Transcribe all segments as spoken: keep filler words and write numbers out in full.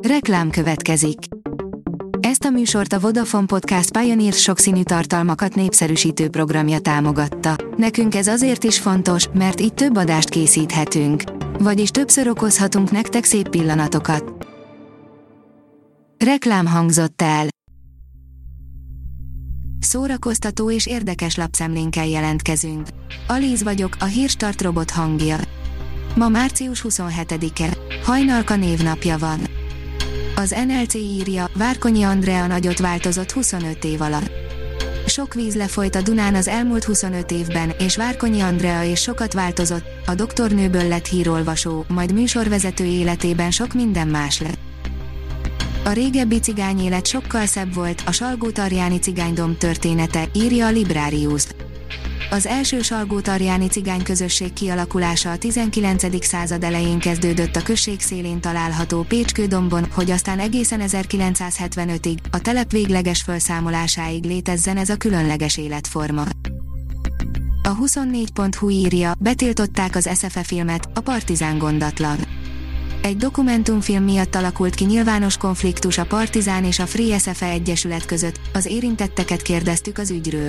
Reklám következik. Ezt a műsort a Vodafone Podcast Pioneer sokszínű tartalmakat népszerűsítő programja támogatta. Nekünk ez azért is fontos, mert így több adást készíthetünk. Vagyis többször okozhatunk nektek szép pillanatokat. Reklám hangzott el. Szórakoztató és érdekes lapszemlénkkel jelentkezünk. Alíz vagyok, a Hírstart robot hangja. Ma március huszonhetedike, Hajnalka névnapja van. Az en el cé írja, Várkonyi Andrea nagyot változott huszonöt év alatt. Sok víz lefolyt a Dunán az elmúlt huszonöt évben, és Várkonyi Andrea és sokat változott, a doktornőből lett hírolvasó, majd műsorvezető életében sok minden más lett. A régebbi cigányélet sokkal szebb volt, a Salgótarjáni cigánydomb története, írja a Librarius. Az első salgótarjáni cigányközösség kialakulása a tizenkilencedik század elején kezdődött a község szélén található Pécskődombon, hogy aztán egészen ezerkilencszázhetvenötig, a telep végleges felszámolásáig létezzen ez a különleges életforma. A huszonnégy pont hu írja, betiltották az es ef e filmet, a Partizán gondatlan. Egy dokumentumfilm miatt alakult ki nyilvános konfliktus a Partizán és a Free es ef e Egyesület között, az érintetteket kérdeztük az ügyről.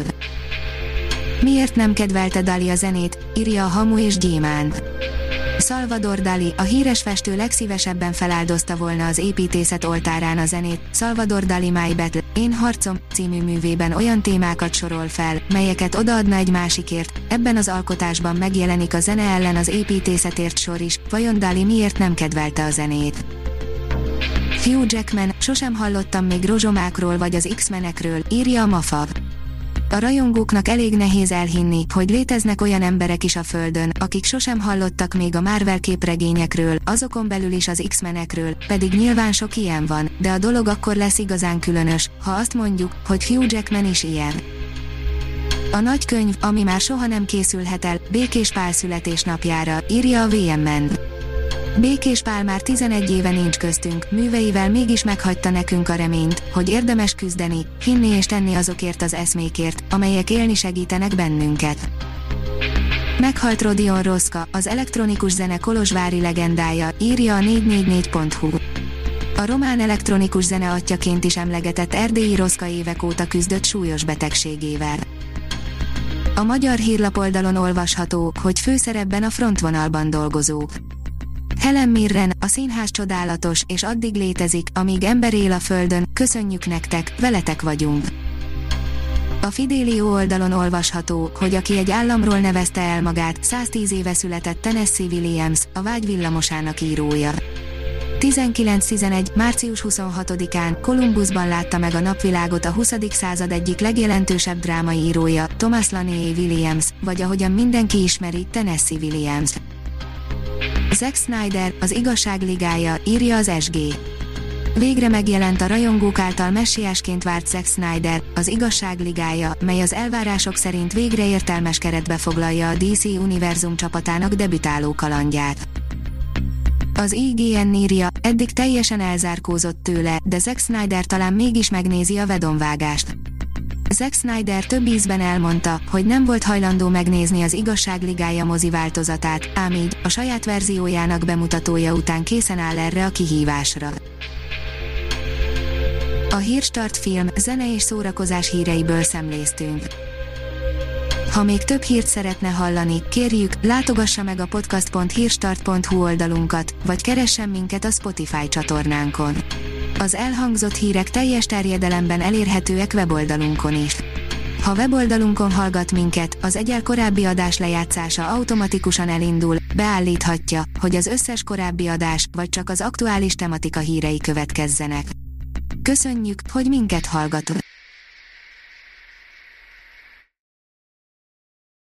Miért nem kedvelte Dali a zenét, írja a Hamu és Gyémánt. Salvador Dali, a híres festő legszívesebben feláldozta volna az építészet oltárán a zenét. Salvador Dali My Battle, Én harcom című művében olyan témákat sorol fel, melyeket odaadna egy másikért. Ebben az alkotásban megjelenik a zene ellen az építészetért sor is. Vajon Dali miért nem kedvelte a zenét? Hugh Jackman, sosem hallottam még rozsomákról vagy az X-menekről, írja a Mafav. A rajongóknak elég nehéz elhinni, hogy léteznek olyan emberek is a Földön, akik sosem hallottak még a Marvel képregényekről, azokon belül is az X-menekről, pedig nyilván sok ilyen van, de a dolog akkor lesz igazán különös, ha azt mondjuk, hogy Hugh Jackman is ilyen. A nagy könyv, ami már soha nem készülhet el, Békés Pál születésnapjára, írja a vé em en. Békés Pál már tizenegy éve nincs köztünk, műveivel mégis meghagyta nekünk a reményt, hogy érdemes küzdeni, hinni és tenni azokért az eszmékért, amelyek élni segítenek bennünket. Meghalt Rodion Roszka, az elektronikus zene kolozsvári legendája, írja a négy négy négy pont hu. A román elektronikus zene atyaként is emlegetett erdélyi Roszka évek óta küzdött súlyos betegségével. A Magyar Hírlap oldalon olvasható, hogy főszerepben a frontvonalban dolgozók. Helen Mirren, a színház csodálatos, és addig létezik, amíg ember él a földön, köszönjük nektek, veletek vagyunk. A Fidelio oldalon olvasható, hogy aki egy államról nevezte el magát, száztíz éve született Tennessee Williams, a Vágy villamosának írója. tizenkilenc tizenegy. március huszonhatodikán Columbusban látta meg a napvilágot a huszadik század egyik legjelentősebb drámai írója, Thomas Lanier Williams, vagy ahogyan mindenki ismeri, Tennessee Williams. Zack Snyder, az Igazság Ligája, írja az es gé. Végre megjelent a rajongók által messiásként várt Zack Snyder, az Igazság Ligája, mely az elvárások szerint végre értelmes keretbe foglalja a dé cé univerzum csapatának debütáló kalandját. Az i gé en írja, eddig teljesen elzárkózott tőle, de Zack Snyder talán mégis megnézi a vedonvágást. Zack Snyder több ízben elmondta, hogy nem volt hajlandó megnézni az Igazság Ligája mozi változatát, ám így, a saját verziójának bemutatója után készen áll erre a kihívásra. A Hírstart film, zene és szórakozás híreiből szemléztünk. Ha még több hírt szeretne hallani, kérjük, látogassa meg a podcast pont hírstart pont hu oldalunkat, vagy keressen minket a Spotify csatornánkon. Az elhangzott hírek teljes terjedelemben elérhetőek weboldalunkon is. Ha weboldalunkon hallgat minket, az egyel korábbi adás lejátszása automatikusan elindul, beállíthatja, hogy az összes korábbi adás, vagy csak az aktuális tematika hírei következzenek. Köszönjük, hogy minket hallgatott!